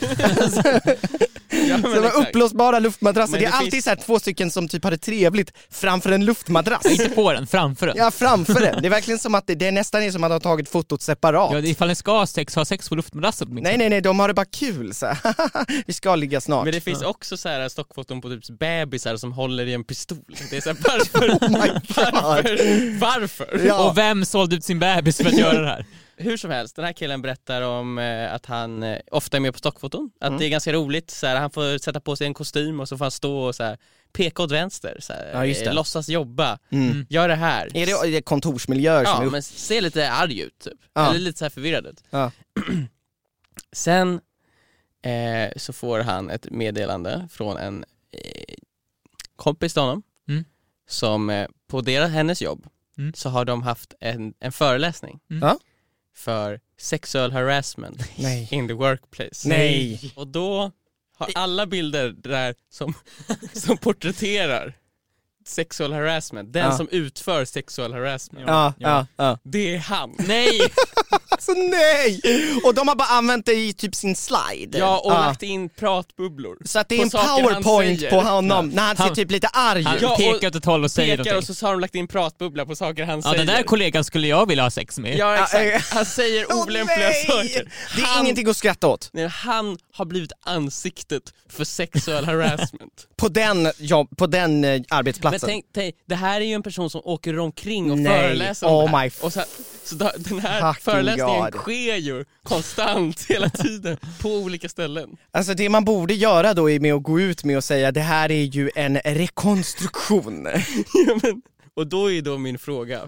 ja, men Så de exakt. uppblåsbara luftmadrasser. Men Det är det alltid finns- så här två stycken som typ har det trevligt framför en luftmadrass. Inte på den, framför den. Ja, framför den. Det är verkligen som att det, det är nästan är som att de har tagit fotot separat. Ja, ifall en ska ha sex, ha sex på luftmadrassen. Nej, nej, nej, de har det bara kul så här. Vi ska ligga snart. Men det finns också så här stockfoton på typ bebisar som håller i en pistol. Det är så här, varför? Oh my god. varför? Varför? Ja. Och vem sålde ut sin bebis för att göra det här? Hur som helst, den här killen berättar om eh, att han eh, ofta är med på stockfoton. Att Mm. det är ganska roligt, så här, han får sätta på sig en kostym och så får han stå och så här, peka åt vänster, så här, Ja, just det. eh, låtsas jobba, Mm. gör det här. Är det, är det kontorsmiljöer som Ja, är upp... men ser lite arg ut typ. Ja. Eller lite så här förvirrad ut. Ja. Sen eh, så får han ett meddelande från en eh, kompis till honom Mm. som eh, på deras, hennes jobb Mm. så har de haft en, en föreläsning Mm. Ja. för sexual harassment Nej. in the workplace. Nej. Och då har alla bilder där som, som porträtterar sexual harassment, den Ja. som utför sexual harassment, Ja, ja, ja. det är han. Nej! Alltså nej! Och de har bara använt det i typ sin slide. Ja, och lagt in pratbubblor. Så att det är på en saker han powerpoint säger. på honom när han ser Han- typ lite arg Han ut. Ja, och pekar åt ett håll och säger Pekar och någonting. så har de lagt in pratbubbla på saker han Ja, säger. den där kollegan skulle jag vilja ha sex med. Ja, Ja, exakt. Han säger Åh, olämpliga nej! saker. Det är Han, ingenting att skratta åt. nej, han har blivit ansiktet för sexual harassment. På den, jobb, på den eh, Men arbetsplatsen. tänk, tänk, det här är ju en person som åker omkring och Nej, föreläser om oh det här. my f- Och så, så då, den här Fucking föreläsningen God. sker ju konstant hela tiden på olika ställen. Alltså det man borde göra då är med att gå ut med och säga det här är ju en rekonstruktion. Ja, men, och då är då min fråga,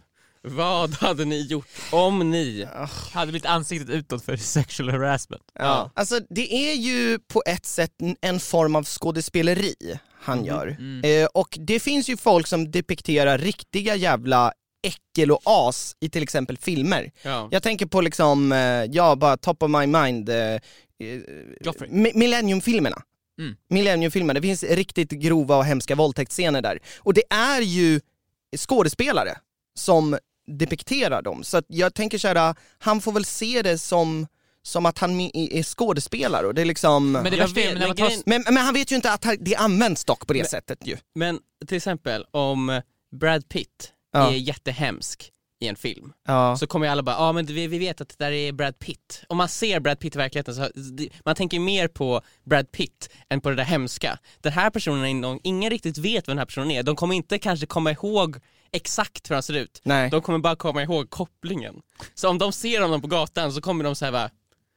Vad hade ni gjort om ni hade blivit ansiktet utåt för sexual harassment? Ja. Alltså det är ju på ett sätt en form av skådespeleri han Mm. gör. Mm. Eh, och det finns ju folk som depikterar riktiga jävla äckel och as i till exempel filmer. Ja. Jag tänker på liksom, eh, ja bara top of my mind, eh, eh, Joffrey. Mi- Millennium-filmerna. Mm. Millennium-filmer, det finns riktigt grova och hemska våldtäktsscener där. Och det är ju skådespelare som depikterar dem. Så att jag tänker så här, han får väl se det som, som att han är skådespelare. Och det är liksom... Men det Jag värsta är vet, när man men tar... grejen- men, men han vet ju inte att det används dock på det Men- sättet ju. Men till exempel om Brad Pitt Ja. är jättehemsk i en film, Ja. så kommer ju alla bara, ja ah, men vi, vi vet att det där är Brad Pitt. Om man ser Brad Pitt i verkligheten så det, man tänker mer på Brad Pitt än på det där hemska. Den här personen är någon, ingen riktigt vet vem den här personen är. De kommer inte kanske komma ihåg exakt hur han ser ut. Nej. De kommer bara komma ihåg kopplingen. Så om de ser honom på gatan så kommer de säga bara,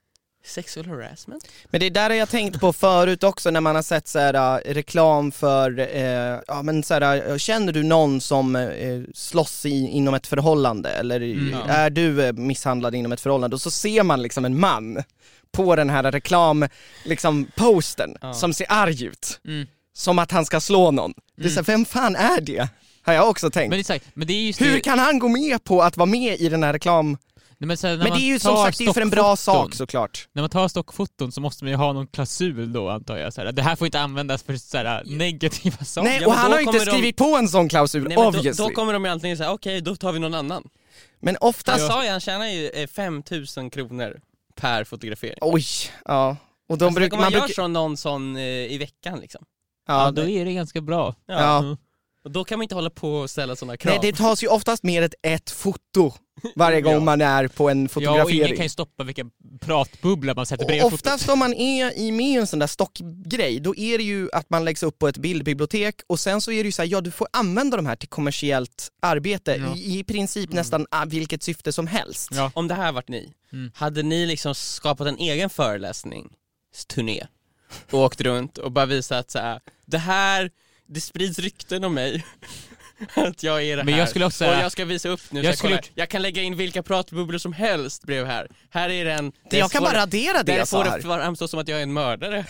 sexual harassment? Men det är där jag tänkt på förut också när man har sett så här, uh, reklam för, uh, ja men så här, uh, känner du någon som uh, slåss i, inom ett förhållande eller Mm, ja. är du uh, misshandlad inom ett förhållande, och så ser man liksom en man på den här reklam liksom posten Ja. som ser arg ut, Mm. som att han ska slå någon. Det är så här, vem fan är det? Har jag också tänkt. Men det är sagt, men det är just Hur det... kan han gå med på att vara med i den här reklam? Nej, men, så här, när Men man det är ju som tar sagt det är ju för en bra stockfoton- sak såklart. När man tar stockfoton så måste man ju ha någon klausul då, antar jag. Så här, det här får inte användas för så här, negativa saker. Nej, Ja, och men han då har ju inte kommer de- skrivit på en sån klausul, Nej, men obviously. då, då kommer de ju antingen säga, okej, då tar vi någon annan. Men ofta... Han sa ju, han tjänar ju eh, fem tusen kronor per fotografering. Oj, ja. Och de Alltså, brukar... man, man gör brukar... så någon sån eh, i veckan liksom. Ja, Ja, då det... är det ganska bra. Ja. Mm. Och då kan man inte hålla på och ställa sådana krav. Nej, det tas ju oftast mer ett, ett foto varje gång Ja. man är på en Ja, och fotografering. ingen kan ju stoppa vilken pratbubbla man sätter Och bredvid oftast om man är i med i en sån där stockgrej, då är det ju att man läggs upp på ett bildbibliotek och sen så är det ju så här, ja du får använda de här till kommersiellt arbete Ja. i, i princip nästan ah, vilket syfte som helst. Ja. Om det här varit ni, Mm. hade ni liksom skapat en egen föreläsningsturné och åkt runt och bara visat att så här, det här, det sprids rykten om mig. Att jag är det Men här. jag skulle också och säga- jag ska visa upp nu. Jag Jag, jag, skulle kolla, jag kan lägga in vilka pratbubblor som helst bredvid här. Här är den. Det jag kan bara radera det Där jag sa får här. det framstå som att jag är en mördare.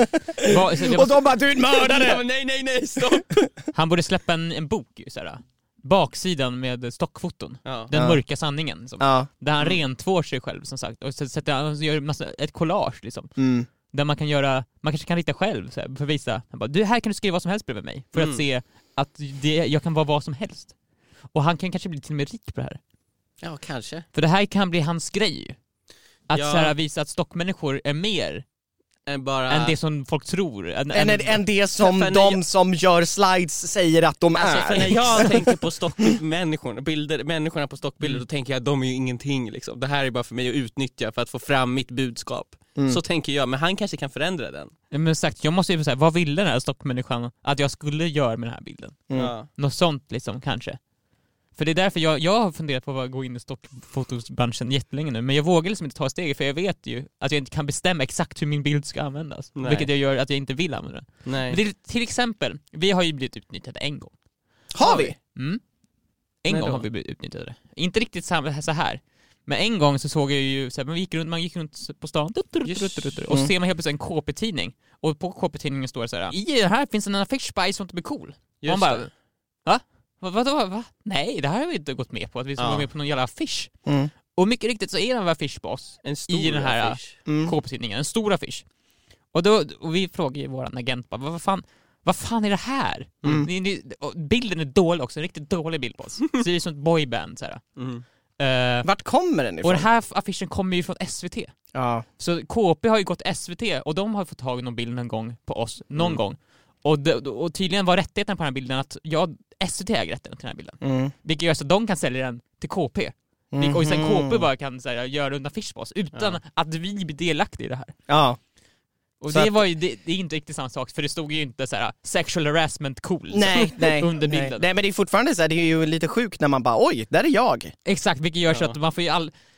Va, så det Och måste, de bara, du är en Ja, mördare! men nej, nej, nej, stopp! han borde släppa en, en bok ju, så här. Baksidan med stockfoton. Ja. Den Ja. mörka sanningen liksom. Ja. Där han Mm. rentvår sig själv som sagt. Och så sätter han gör massa, ett collage liksom. Mm. Där man kan göra, man kanske kan rita själv så här, för att visa. Han bara, du, här kan du skriva vad som helst bredvid mig. För Mm. att se att det, jag kan vara vad som helst. Och han kan kanske bli till och med rik på det här. Ja, kanske. För det här kan bli hans grej. Att Ja. så här, visa att stockmänniskor är mer Än bara... än det som folk tror. Än, Än, än, än det som För när de jag- som gör slides säger att de Alltså, är. för när jag tänker på stockmänniskorna, bilder, människorna på stockbilder, Mm. då tänker jag att de är ju ingenting liksom. Det här är bara för mig att utnyttja för att få fram mitt budskap. Mm. Så tänker jag, men han kanske kan förändra den. Ja, men sagt, jag måste ju säga, vad ville den här stockmänniskan att jag skulle göra med den här bilden? Mm. Ja. Något sånt liksom, kanske. För det är därför jag, jag har funderat på att gå in i stockfotosbranschen jättelänge nu, men jag vågar liksom inte ta steget, för jag vet ju att jag inte kan bestämma exakt hur min bild ska användas. Nej. Vilket jag gör att jag inte vill använda den. Nej. Men det, till exempel, vi har ju blivit utnyttjade en gång. Har vi? Mm. En När gång då? har vi blivit utnyttjade. Inte riktigt samma, så här. Men en gång så såg jag ju, så här, man, gick runt, man gick runt på stan Just. och så Mm. ser man helt plötsligt en K P-tidning. Och på K P-tidningen står det så här: i det här finns en affisch på I want to be cool. Och Just man bara, det. va? Va, vadå? Va? Nej, det här har vi inte gått med på, att vi ska Ja. gå med på någon jävla affisch. Mm. Och mycket riktigt så är det en affisch på oss. En stor I den här affisch. Mm. K P-tidningen, en stor affisch. Och, då, och vi frågar ju våran agent bara, vad fan, vad fan är det här? Mm. Det, det, och bilden är dålig också, en riktigt dålig bild på oss. Ser ut som ett boyband så här. Mm. Eh, Vart kommer den ifrån? och den här affischen kommer ju från S V T. Ja. Så K P har ju gått S V T och de har fått tag i någon bild någon gång på oss, någon Mm. gång. Och, de, och tydligen var rättigheten på den här bilden att jag, S V T äger rätten till den här bilden. Mm. Vilket gör så att de kan sälja den till K P. Mm. Och sen Mhm. K P bara kan så här, göra en affisch på oss utan Ja. att vi blir delaktiga i det här. Ja. Och Så det att- var ju, det, det är inte riktigt samma sak, för det stod ju inte så här sexual harassment cool Nej, så, nej. under nej. bilden. Nej, men det är fortfarande så här, det är ju lite sjukt när man bara, oj, där är jag. Exakt, vilket gör så Ja. att man får ju all...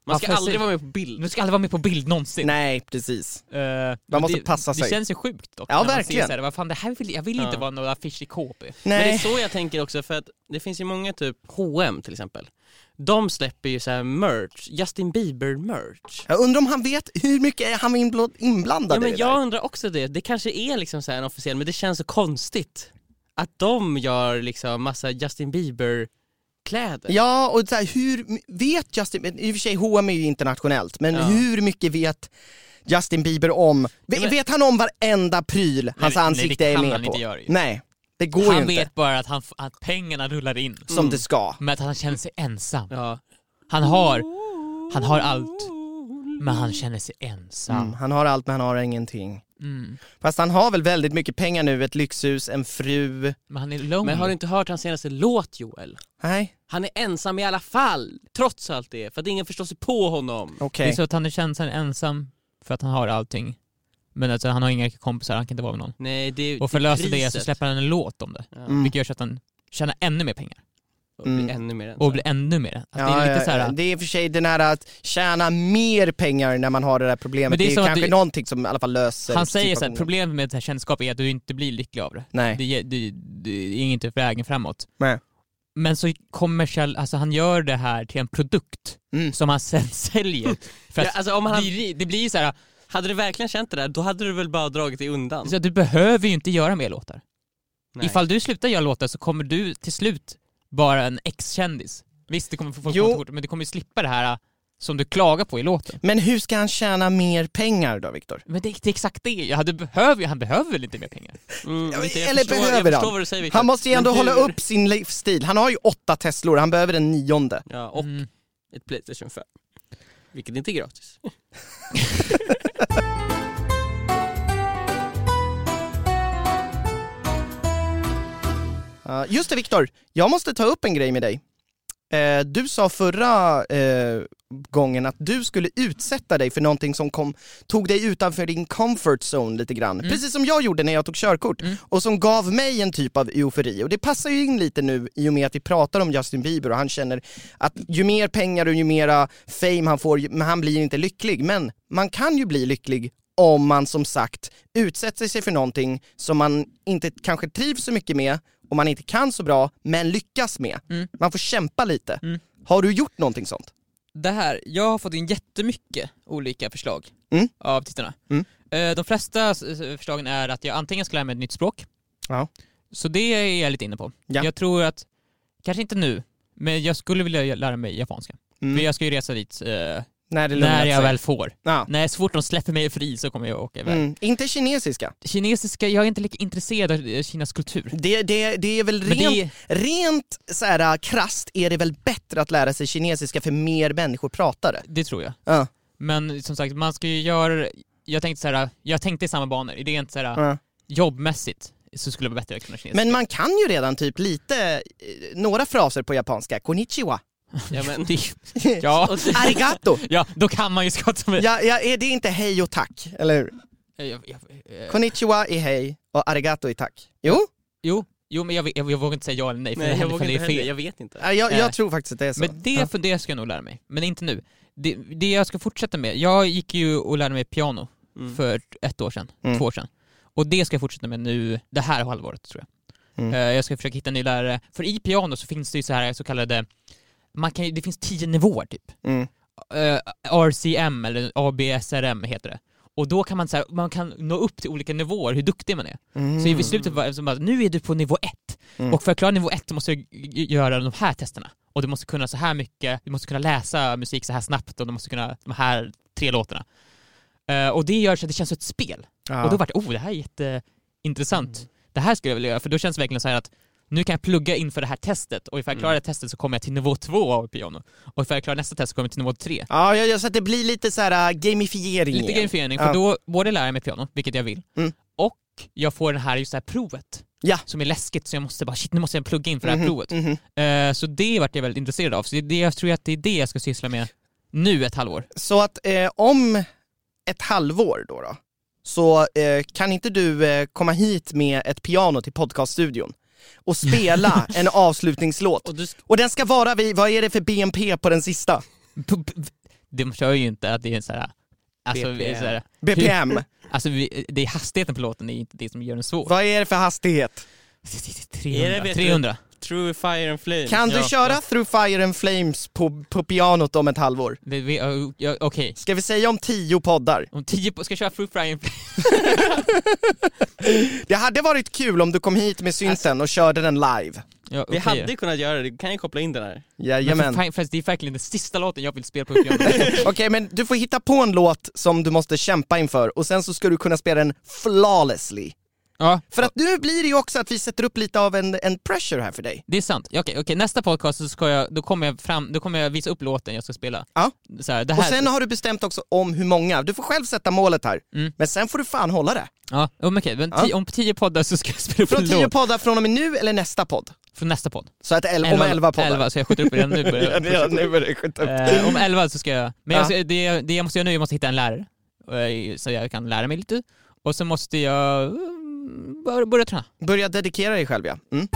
Man ska Ja, aldrig precis. vara med på bild. Du ska aldrig vara med på bild någonsin. Nej, precis. Uh, Man måste det, passa sig. Det känns ju sjukt dock. Ja, när man verkligen. ser så här, vad fan, det här vill, jag vill Ja. inte vara några affisch i K P. Men det är Nej. så jag tänker också, för att det finns ju många typ H och M till exempel. De släpper ju så här merch, Justin Bieber merch. Jag undrar om han vet hur mycket är han inbl- inblandad Ja, men i det jag där? undrar också det. Det kanske är liksom så här en officiell, men det känns så konstigt att de gör liksom massa Justin Bieber kläder. Ja, och så här, hur vet Justin, i och för sig H och M är ju internationellt, men Ja. hur mycket vet Justin Bieber om, Ja, men- vet han om varenda pryl hans nej, ansikte det är kan med han på? inte göra ju. Nej, det går Han ju inte vet bara att, han, f- att pengarna rullar in. som Mm. det ska. Men att han känner sig ensam. Ja. Han har, han har allt, men han känner sig ensam. Mm, han har allt men han har ingenting. Mm. Fast han har väl väldigt mycket pengar nu, ett lyxhus, en fru. Men han är lonely. Men har du inte hört hans senaste låt, Joel? Nej, Han är ensam i alla fall, trots allt det, för att ingen förstår sig på honom. okej. Det är så att han känner sig ensam för att han har allting. Men alltså, han har inga kompisar, han kan inte vara med någon. Nej, det, Och för att det är lösa det så priset. släpper han en låt om det. Ja. Mm. Vilket gör så att han tjänar ännu mer pengar. Och blir Mm. ännu mer ensam. Och blir ännu mer. Alltså, Ja, det är lite ja, så här. ja. Det är i och för sig den här att tjäna mer pengar när man har det där problemet. Men det Det är är, som att kanske du- någonting som i alla fall löser Han säger så här, situationen. problemet med det här kändskap är att du inte blir lycklig av det. Nej. Det, ge- det, det är inte vägen framåt. Nej. Men så kommersiell, alltså han gör det här till en produkt Mm. som han sen säljer. För att Ja, alltså, om han- det, det blir ju så här, Hade du verkligen känt det där, då hade du väl bara dragit dig undan. så att du behöver ju inte göra mer låtar. Nej. Ifall du slutar göra låtar så kommer du till slut bara en ex-kändis. Visst, det kommer få folk Jo. på fort, men du kommer ju slippa det här som du klagar på i låten. Men hur ska han tjäna mer pengar då, Viktor? Men det, det är exakt det. Jag hade behöver, han behöver väl inte mer pengar? Mm, Ja, inte, jag eller förstår, behöver jag förstår han? vad du säger, Victor. Han måste ju ändå Men hålla hur? upp sin livsstil. Han har ju åtta Teslor, han behöver en nionde. Ja, och Mm. ett Playstation fem. Vilket inte är gratis. Uh, just det, Viktor, jag måste ta upp en grej med dig. Eh, du sa förra eh, gången att du skulle utsätta dig för någonting som kom, tog dig utanför din comfort zone lite grann. Mm. Precis som jag gjorde när jag tog körkort. Mm. Och som gav mig en typ av eufori. Och det passar ju in lite nu i och med att vi pratar om Justin Bieber och han känner att ju mer pengar och ju mera fame han får, men han blir inte lycklig. Men man kan ju bli lycklig om man som sagt utsätter sig för någonting som man inte kanske trivs så mycket med och man inte kan så bra, men lyckas med. Mm. Man får kämpa lite. Mm. Har du gjort någonting sånt? Det här, jag har fått in jättemycket olika förslag Mm. av tittarna. Mm. Eh, De flesta s- s- förslagen är att jag antingen ska lära mig ett nytt språk. Ja. Så det är jag lite inne på. Ja. Jag tror att, kanske inte nu, men jag skulle vilja lära mig japanska. Mm. För jag ska ju resa dit eh, När det lugnar när jag sig. väl får. Ja. Nej, så fort de släpper mig fri så kommer jag åka iväg. Mm. Inte kinesiska. Kinesiska, jag är inte lika intresserad av eh, Kinas kultur. Det, det, det är väl Men rent, det, rent så här, krasst är det väl bättre att lära sig kinesiska för mer människor pratar det. det tror jag. Ja. Men som sagt, man ska ju göra, jag tänkte så här, jag tänkte i samma banor. Det är inte så här, Ja. jobbmässigt så skulle det vara bättre att kunna kinesiska. Men man kan ju redan typ lite, eh, några fraser på japanska. Konnichiwa. Ja, men, Det- ja. Och det- Arigato. Ja, då kan man ju skotta med... Ja, ja, är det inte hej och tack, eller hur? Jag, jag, jag, Konnichiwa är hej och arigato är tack. Jo, jo, jo, men jag, vet- jag, jag vågar inte säga ja eller nej, för nej, det jag händer vågar för det inte är heller, fel. jag vet inte. ja, jag, Eh, jag tror faktiskt att det är så. Men det, Ja. för det ska jag nog lära mig, men inte nu. Det, det jag ska fortsätta med, jag gick ju och lärde mig piano Mm. för ett år sedan, Mm. två år sedan. Och det ska jag fortsätta med nu, det här halvåret tror jag. Mm. Eh, jag ska försöka hitta en ny lärare, för i piano så finns det ju så här så kallade, man kan, ju- det finns tio nivåer typ. Mm. Eh, R C M eller A B S R M heter det. Och då kan man så här, man kan nå upp till olika nivåer, hur duktig man är. Mm. Så i slutet var det som att nu är du på nivå ett. Mm. Och för att klara nivå ett så måste du g- göra de här testerna. Och du måste kunna så här mycket, du måste kunna läsa musik så här snabbt och du måste kunna de här tre låtarna. Eh, och det gör så att det känns som ett spel. Ja. Och då var det, oh det här är jätteintressant. Mm. Det här skulle jag vilja göra, för då känns det verkligen så här att nu kan jag plugga inför det här testet och ifall jag klarar det testet så kommer jag till nivå två av piano. Och ifall jag klarar nästa test så kommer jag till nivå tre. Ja, jag, jag, så att det blir lite så här uh, gamifiering Lite igen. gamifiering, för Ja. då både lär jag mig piano, vilket jag vill, Mm. och jag får det här just det här provet. Ja. Som är läskigt, så jag måste bara, shit nu måste jag plugga in för det här Mhm, provet. mhm. Eh, så det vart jag väldigt intresserad av. Så det, jag tror att det är det jag ska syssla med nu ett halvår. Så att eh, om ett halvår då, då så eh, kan inte du eh, komma hit med ett piano till podcaststudion och spela en avslutningslåt. Och du, Och den ska vara vid, vad är det för B N P på den sista? P- p- de kör ju inte att det är en så här, alltså, B P M. så här, B P M. alltså vi, det är hastigheten på låten är inte det som gör den svår. Vad är det för hastighet? trehundra. Är det, vet du- trehundra. True Fire and Flames. Kan du Ja. köra Through Fire and Flames på, på pianot om ett halvår? Det, vi, ja, ja, okej. Ska vi säga om tio poddar? Om tio på, ska jag köra Fruit Fry? Det hade varit kul om du kom hit med synten och körde den live. Ja, Vi okej. hade kunnat göra det, du kan ju koppla in den här. Men Jajamän. för, för, det är verkligen den sista låten jag vill spela på piano. Okej, men du får hitta på en låt som du måste kämpa inför och sen så ska du kunna spela den flawlessly. Ja, För att nu blir det ju också att vi sätter upp lite av en, en pressure här för dig. det är sant. Ja, Okej, okej, nästa podcast så ska jag, då kommer jag fram, då kommer jag visa upp låten jag ska spela. Ja. Så här, det här, Och sen har du bestämt också om hur många. Du får själv sätta målet här. Mm. Men sen får du fan hålla det. Ja, men okej, men Ja. tio, om tio poddar så ska jag spela upp Från en tio låt poddar från och med nu eller nästa podd. från nästa podd. Så att el- om elva poddar. elva, så jag skjuter upp redan nu. På Ja, det. redan nu börjar det skjuta upp. Eh, om elva så ska jag, men Ja. jag, ska- det, det jag måste göra nu, jag måste hitta en lärare. Eh, Så jag kan lära mig lite. Och så måste jag mm, börja, börja träna. Börja dedikera dig själv, ja. Mm.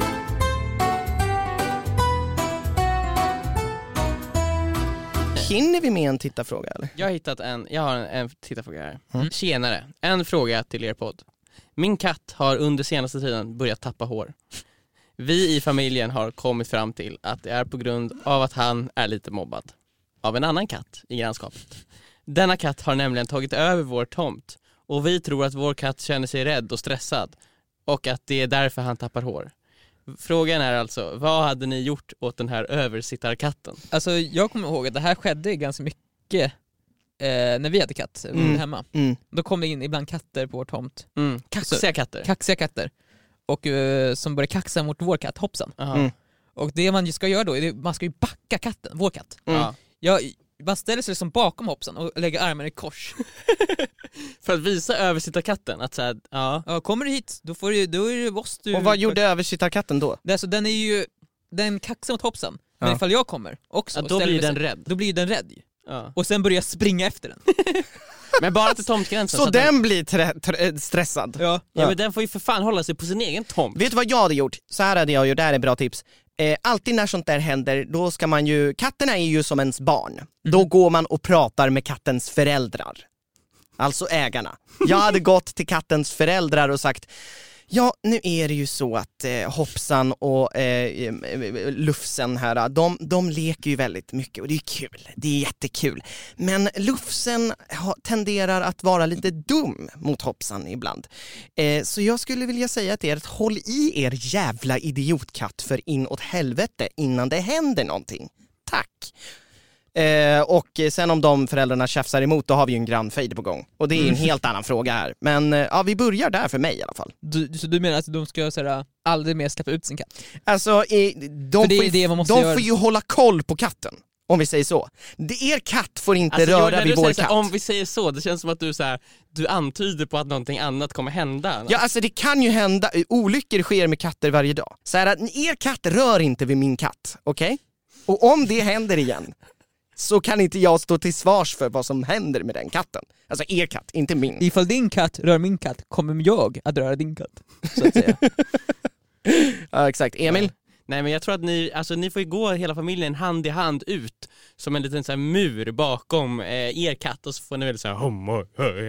Hinner vi med en tittarfråga eller? Jag har hittat en, jag har en, en tittarfråga här. Mm. Tjenare, en fråga till er podd. Min katt har under senaste tiden börjat tappa hår. Vi i familjen har kommit fram till att det är på grund av att han är lite mobbad av en annan katt i grannskapet. Denna katt har nämligen tagit över vår tomt och vi tror att vår katt känner sig rädd och stressad och att det är därför han tappar hår. Frågan är alltså, vad hade ni gjort åt den här översittarkatten? Alltså jag kommer ihåg att det här skedde ganska mycket eh, när vi hade katt Mm. hemma. Mm. Då kom det in ibland katter på vår tomt. Mm, kaxiga katter. Kaxiga katter. Och eh, som började kaxa mot vår katt, hoppsan. Aha. Mm. Och det man ju ska göra då, är det, man ska ju backa katten, vår katt. Mm. Ja. Ja, man ställer sig liksom bakom hoppsan och lägger armarna i kors. För att visa översittarkatten att så här, ja. Ja, kommer du hit, då, får du, då är det oss du... Och vad gjorde översittarkatten då? Det, alltså, den är ju, den kaxar mot hoppsan. Men Ja. ifall jag kommer också Ja, och då ställer blir mig den så- rädd. Då blir den rädd ju. Ja. Och sen börjar jag springa efter den. Men bara till tomtgränsen. Så att den blir trä- trä- stressad? Ja. Ja, men den får ju för fan hålla sig på sin egen tomt. Vet du vad jag hade gjort? Så här hade jag gjort, det här är bra tips. Eh, alltid när sånt där händer, då ska man ju, katterna är ju som ens barn. Då går man och pratar med kattens föräldrar. Alltså ägarna. Jag hade gått till kattens föräldrar och sagt, ja nu är det ju så att eh, Hoppsan och eh, eh, Lufsen här, de, de leker ju väldigt mycket och det är kul, det är jättekul. Men Lufsen ha, tenderar att vara lite dum mot Hoppsan ibland. Eh, så jag skulle vilja säga till er att håll i er jävla idiotkatt för in åt helvete innan det händer någonting. Tack! Eh, och sen om de föräldrarna tjafsar emot, då har vi ju en grannfejd på gång. Och det är en helt annan fråga här. Men eh, ja, vi börjar där för mig i alla fall. Du, så du menar att de ska såhär, aldrig mer släppa ut sin katt? Alltså, eh, de, För det är får, ju, det man måste de göra. får ju hålla koll på katten. Om vi säger så. Det, er katt får inte Alltså, röra Jordan, när vid du vår säger så katt. här, om vi säger så, det känns som att du så här, du antyder på att någonting annat kommer hända. Ja, alltså det kan ju hända, olyckor sker med katter varje dag. Så här att er katt rör inte vid min katt, okej? Och om det händer igen, så kan inte jag stå till svars för vad som händer med den katten. Alltså er katt, inte min. Ifall din katt rör min katt, kommer jag att röra din katt. Så att säga. Ja, exakt. Emil? Nej, men jag tror att ni, alltså, ni får ju gå hela familjen hand i hand ut som en liten så här, mur bakom eh, er katt och så får ni väl säga homo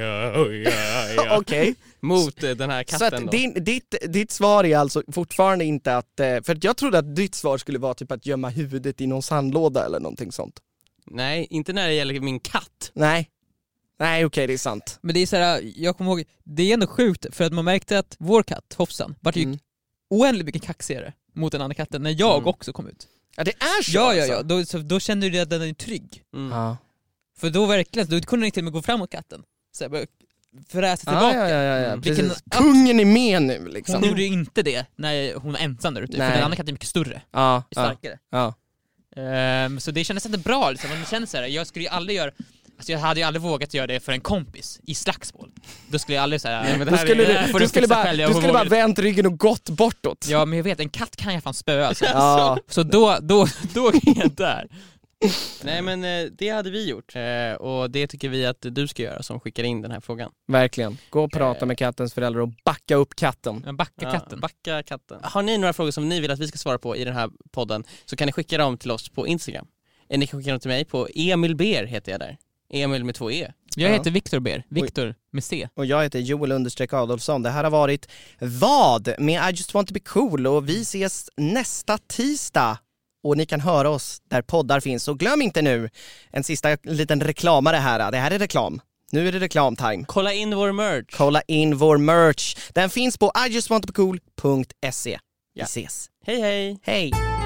Okej. mot eh, den här Så katten att då. din, ditt, ditt svar är alltså fortfarande inte att, eh, för att jag trodde att ditt svar skulle vara typ att gömma huvudet i någon sandlåda eller någonting sånt. Nej, inte när det gäller min katt. Nej. Nej, okej, det är sant. Men det är såhär, jag kommer ihåg, det är ändå sjukt för att man märkte att vår katt, Hoppsan, vart ju Mm. oändligt mycket kaxigare mot den andra katten när jag Mm. också kom ut. Ja, det är så Ja, ja, alltså. ja, då, så, då kände du att den är trygg. Mm. Ja. För då verkligen, då kunde den till och med gå fram mot katten. Så jag bara fräsa Ja, tillbaka. ja, ja, ja, Mm. precis. Vilken- Kungen är med nu liksom. Hon gjorde ju inte det när hon var ensam där ute, för Nej. den andra katten är mycket större, Ja, ja, starkare. ja. Ehm, så det kändes inte bra liksom. Man känner så här, jag skulle ju aldrig göra, alltså jag hade ju aldrig vågat göra det för en kompis i slagsmål. Då skulle jag aldrig säga, Nej, men det Då här skulle är, du, det här får du skulle fixa bara, själv, jag du får skulle bara våga- vänt ryggen och gått bortåt. ja men jag vet, en katt kan jag fan spöa alltså. Ja. Så då, då, då är jag där. Nej, men eh, det hade vi gjort eh, och det tycker vi att du ska göra som skickar in den här frågan. Verkligen. Gå och prata Eh. med kattens föräldrar och backa upp katten. Jag backar Ja, katten. backa katten. Har ni några frågor som ni vill att vi ska svara på i den här podden så kan ni skicka dem till oss på Instagram. Ni kan skicka dem till mig på Emil Ber heter jag där. Emil med två E. Jag Ja. heter Viktor Ber. Viktor med C. Och jag heter Joel understreck Adolfsson. Det här har varit Vad med I just want to be cool, och vi ses nästa tisdag. Och ni kan höra oss där poddar finns. Och glöm inte nu, en sista liten reklamare här. Det här är reklam. Nu är det reklamtime. Kolla in vår merch. Kolla in vår merch. Den finns på i just want to be cool punkt se. Vi Ja. ses. Hej hej. Hej!